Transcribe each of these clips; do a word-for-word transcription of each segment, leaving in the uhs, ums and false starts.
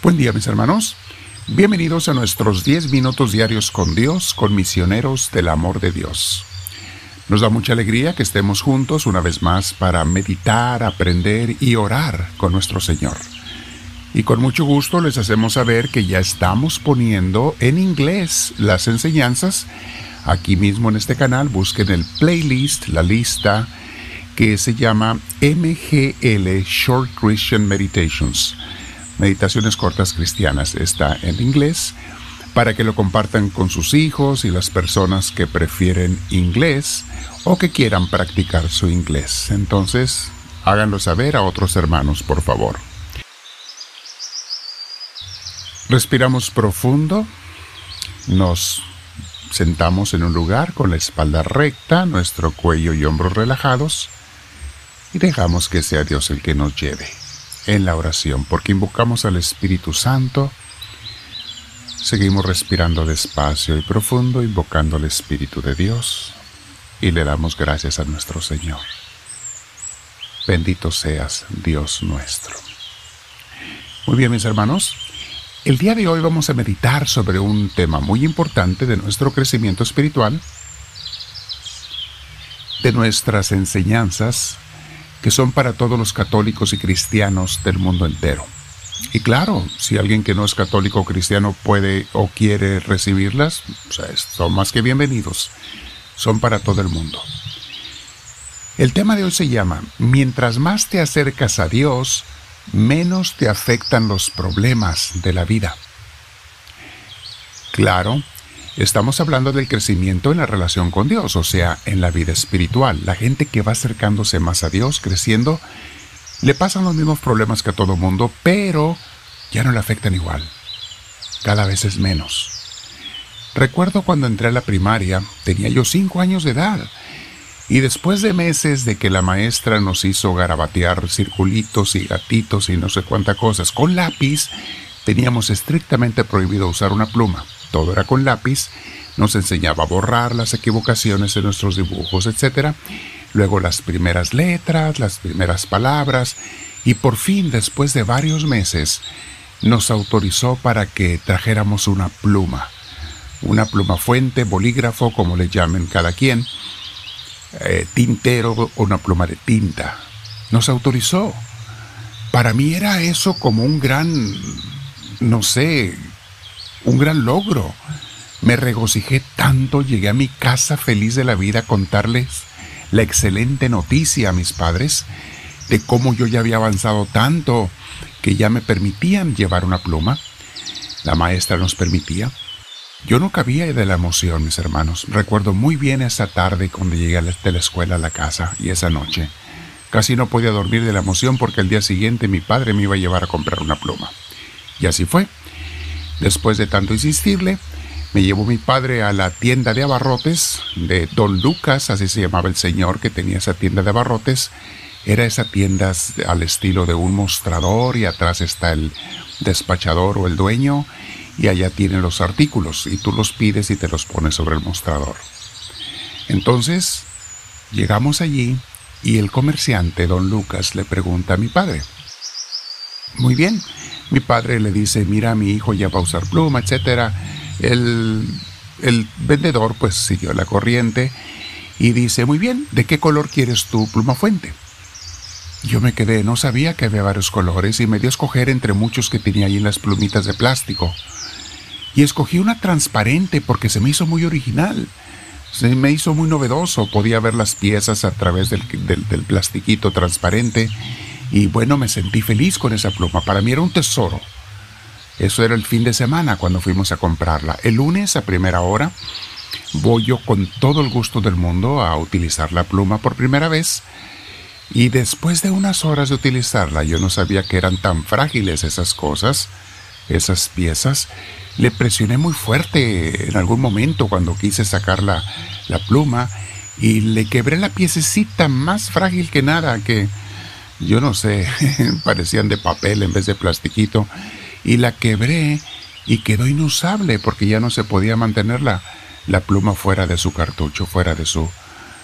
Buen día, mis hermanos. Bienvenidos a nuestros diez minutos diarios con Dios, con misioneros del amor de Dios. Nos da mucha alegría que estemos juntos una vez más para meditar, aprender y orar con nuestro Señor. Y con mucho gusto les hacemos saber que ya estamos poniendo en inglés las enseñanzas. Aquí mismo en este canal busquen el playlist, la lista que se llama M G L Short Christian Meditations. Meditaciones cortas cristianas, está en inglés, para que lo compartan con sus hijos y las personas que prefieren inglés o que quieran practicar su inglés. Entonces, háganlo saber a otros hermanos, por favor. Respiramos profundo, nos sentamos en un lugar con la espalda recta, nuestro cuello y hombros relajados, y dejamos que sea Dios el que nos lleve en la oración, porque invocamos al Espíritu Santo. Seguimos respirando despacio y profundo, invocando al Espíritu de Dios, y le damos gracias a nuestro Señor. Bendito seas, Dios nuestro. Muy bien, mis hermanos, el día de hoy vamos a meditar sobre un tema muy importante de nuestro crecimiento espiritual, de nuestras enseñanzas, que son para todos los católicos y cristianos del mundo entero. Y claro, si alguien que no es católico o cristiano puede o quiere recibirlas, o sea, son más que bienvenidos. Son para todo el mundo. El tema de hoy se llama: mientras más te acercas a Dios, menos te afectan los problemas de la vida. Claro, estamos hablando del crecimiento en la relación con Dios, o sea, en la vida espiritual. La gente que va acercándose más a Dios, creciendo, le pasan los mismos problemas que a todo mundo, pero ya no le afectan igual. Cada vez es menos. Recuerdo cuando entré a la primaria, tenía yo cinco años de edad, y después de meses de que la maestra nos hizo garabatear circulitos y gatitos y no sé cuántas cosas con lápiz, teníamos estrictamente prohibido usar una pluma. Todo era con lápiz, nos enseñaba a borrar las equivocaciones de nuestros dibujos, etcétera. Luego las primeras letras, las primeras palabras, y por fin, después de varios meses, nos autorizó para que trajéramos una pluma. Una pluma fuente, bolígrafo, como le llamen cada quien, eh, tintero o una pluma de tinta. Nos autorizó. Para mí era eso como un gran, no sé, un gran logro. Me regocijé tanto, llegué a mi casa feliz de la vida a contarles la excelente noticia a mis padres de cómo yo ya había avanzado tanto que ya me permitían llevar una pluma. La maestra nos permitía. Yo no cabía de la emoción, mis hermanos. Recuerdo muy bien esa tarde cuando llegué de la escuela a la casa y esa noche. Casi no podía dormir de la emoción porque el día siguiente mi padre me iba a llevar a comprar una pluma. Y así fue. Después de tanto insistirle, me llevó mi padre a la tienda de abarrotes de Don Lucas, así se llamaba el señor que tenía esa tienda de abarrotes. Era esa tienda al estilo de un mostrador y atrás está el despachador o el dueño y allá tienen los artículos y tú los pides y te los pones sobre el mostrador. Entonces, llegamos allí y el comerciante, Don Lucas, le pregunta a mi padre. Muy bien. Mi padre le dice, mira, mi hijo ya va a usar pluma, etcétera. El, el vendedor pues siguió la corriente y dice, muy bien, ¿de qué color quieres tu pluma fuente? Yo me quedé, no sabía que había varios colores y me dio a escoger entre muchos que tenía ahí en las plumitas de plástico. Y escogí una transparente porque se me hizo muy original, se me hizo muy novedoso, podía ver las piezas a través del, del, del plastiquito transparente. Y bueno, me sentí feliz con esa pluma. Para mí era un tesoro. Eso era el fin de semana cuando fuimos a comprarla. El lunes a primera hora voy yo con todo el gusto del mundo a utilizar la pluma por primera vez. Y después de unas horas de utilizarla, yo no sabía que eran tan frágiles esas cosas, esas piezas. Le presioné muy fuerte en algún momento cuando quise sacar la, la pluma y le quebré la piececita más frágil que nada, que yo no sé, parecían de papel en vez de plastiquito, y la quebré y quedó inusable porque ya no se podía mantener la, la pluma fuera de su cartucho, fuera de su,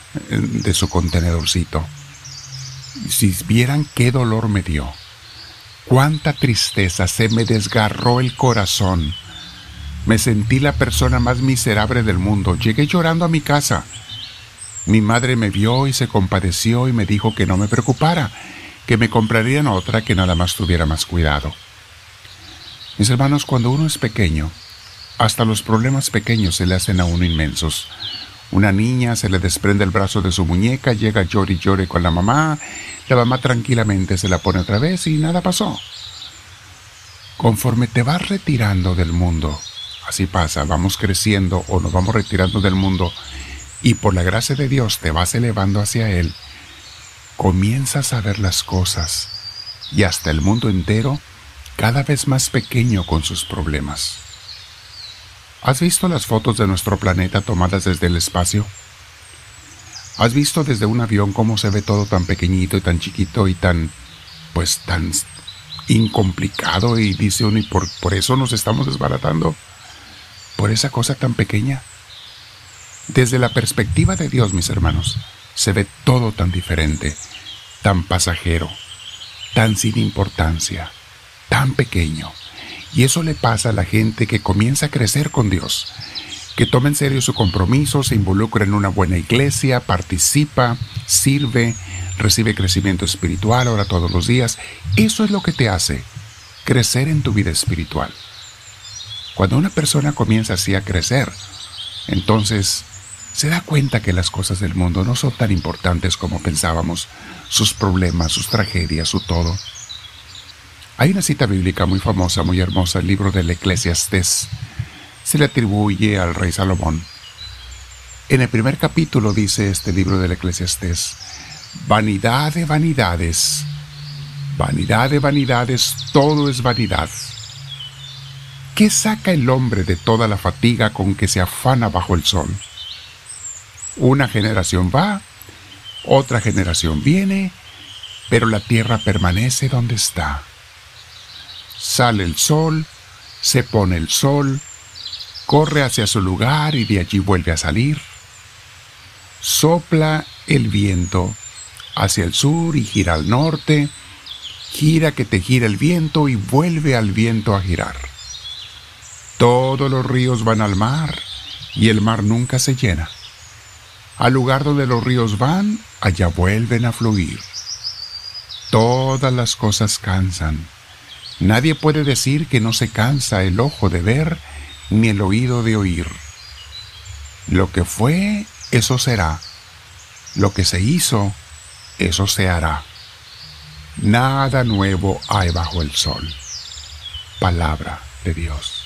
de su contenedorcito. Si vieran qué dolor me dio. Cuánta tristeza, se me desgarró el corazón. Me sentí la persona más miserable del mundo. Llegué llorando a mi casa. Mi madre me vio y se compadeció y me dijo que no me preocupara, que me comprarían otra que nada más tuviera más cuidado. Mis hermanos, cuando uno es pequeño, hasta los problemas pequeños se le hacen a uno inmensos. Una niña se le desprende el brazo de su muñeca, llega llore y llore con la mamá, la mamá tranquilamente se la pone otra vez y nada pasó. Conforme te vas retirando del mundo, así pasa, vamos creciendo o nos vamos retirando del mundo y por la gracia de Dios te vas elevando hacia Él, comienzas a ver las cosas y hasta el mundo entero cada vez más pequeño con sus problemas. ¿Has visto las fotos de nuestro planeta tomadas desde el espacio? ¿Has visto desde un avión cómo se ve todo tan pequeñito y tan chiquito y tan, pues tan incomplicado? Y dice uno, ¿y por, por eso nos estamos desbaratando? ¿Por esa cosa tan pequeña? Desde la perspectiva de Dios, mis hermanos, se ve todo tan diferente, tan pasajero, tan sin importancia, tan pequeño. Y eso le pasa a la gente que comienza a crecer con Dios, que toma en serio su compromiso, se involucra en una buena iglesia, participa, sirve, recibe crecimiento espiritual, ora todos los días. Eso es lo que te hace crecer en tu vida espiritual. Cuando una persona comienza así a crecer, entonces se da cuenta que las cosas del mundo no son tan importantes como pensábamos, sus problemas, sus tragedias, su todo. Hay una cita bíblica muy famosa, muy hermosa, el libro del Eclesiastés. Se le atribuye al rey Salomón. En el primer capítulo dice este libro del Eclesiastés: vanidad de vanidades, vanidad de vanidades, todo es vanidad. ¿Qué saca el hombre de toda la fatiga con que se afana bajo el sol? Una generación va, otra generación viene, pero la tierra permanece donde está. Sale el sol, se pone el sol, corre hacia su lugar y de allí vuelve a salir. Sopla el viento hacia el sur y gira al norte, gira que te gira el viento y vuelve al viento a girar. Todos los ríos van al mar y el mar nunca se llena. Al lugar donde los ríos van, allá vuelven a fluir. Todas las cosas cansan. Nadie puede decir que no se cansa el ojo de ver ni el oído de oír. Lo que fue, eso será. Lo que se hizo, eso se hará. Nada nuevo hay bajo el sol. Palabra de Dios.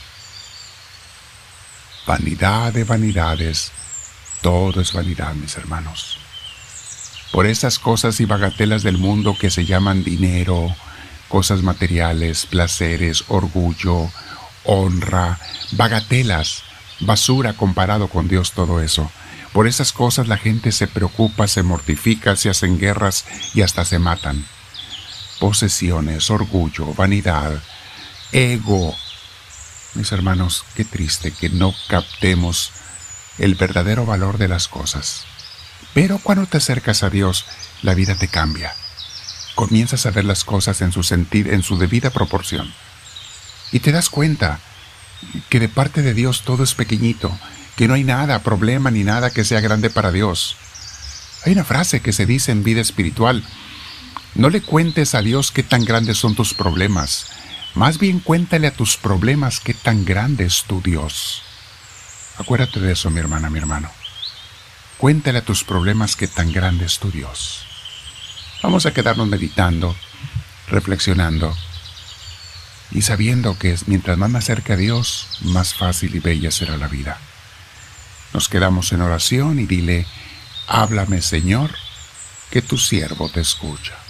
Vanidad de vanidades, todo es vanidad, mis hermanos. Por esas cosas y bagatelas del mundo que se llaman dinero, cosas materiales, placeres, orgullo, honra, bagatelas, basura comparado con Dios, todo eso. Por esas cosas la gente se preocupa, se mortifica, se hacen guerras y hasta se matan. Posesiones, orgullo, vanidad, ego. Mis hermanos, qué triste que no captemos el verdadero valor de las cosas. Pero cuando te acercas a Dios, la vida te cambia. Comienzas a ver las cosas en su sentido, en su debida proporción. Y te das cuenta que de parte de Dios todo es pequeñito, que no hay nada, problema ni nada que sea grande para Dios. Hay una frase que se dice en vida espiritual: no le cuentes a Dios qué tan grandes son tus problemas, más bien cuéntale a tus problemas qué tan grande es tu Dios. Acuérdate de eso, mi hermana, mi hermano. Cuéntale a tus problemas qué tan grande es tu Dios. Vamos a quedarnos meditando, reflexionando y sabiendo que mientras más me acerque a Dios, más fácil y bella será la vida. Nos quedamos en oración y dile: háblame, Señor, que tu siervo te escucha.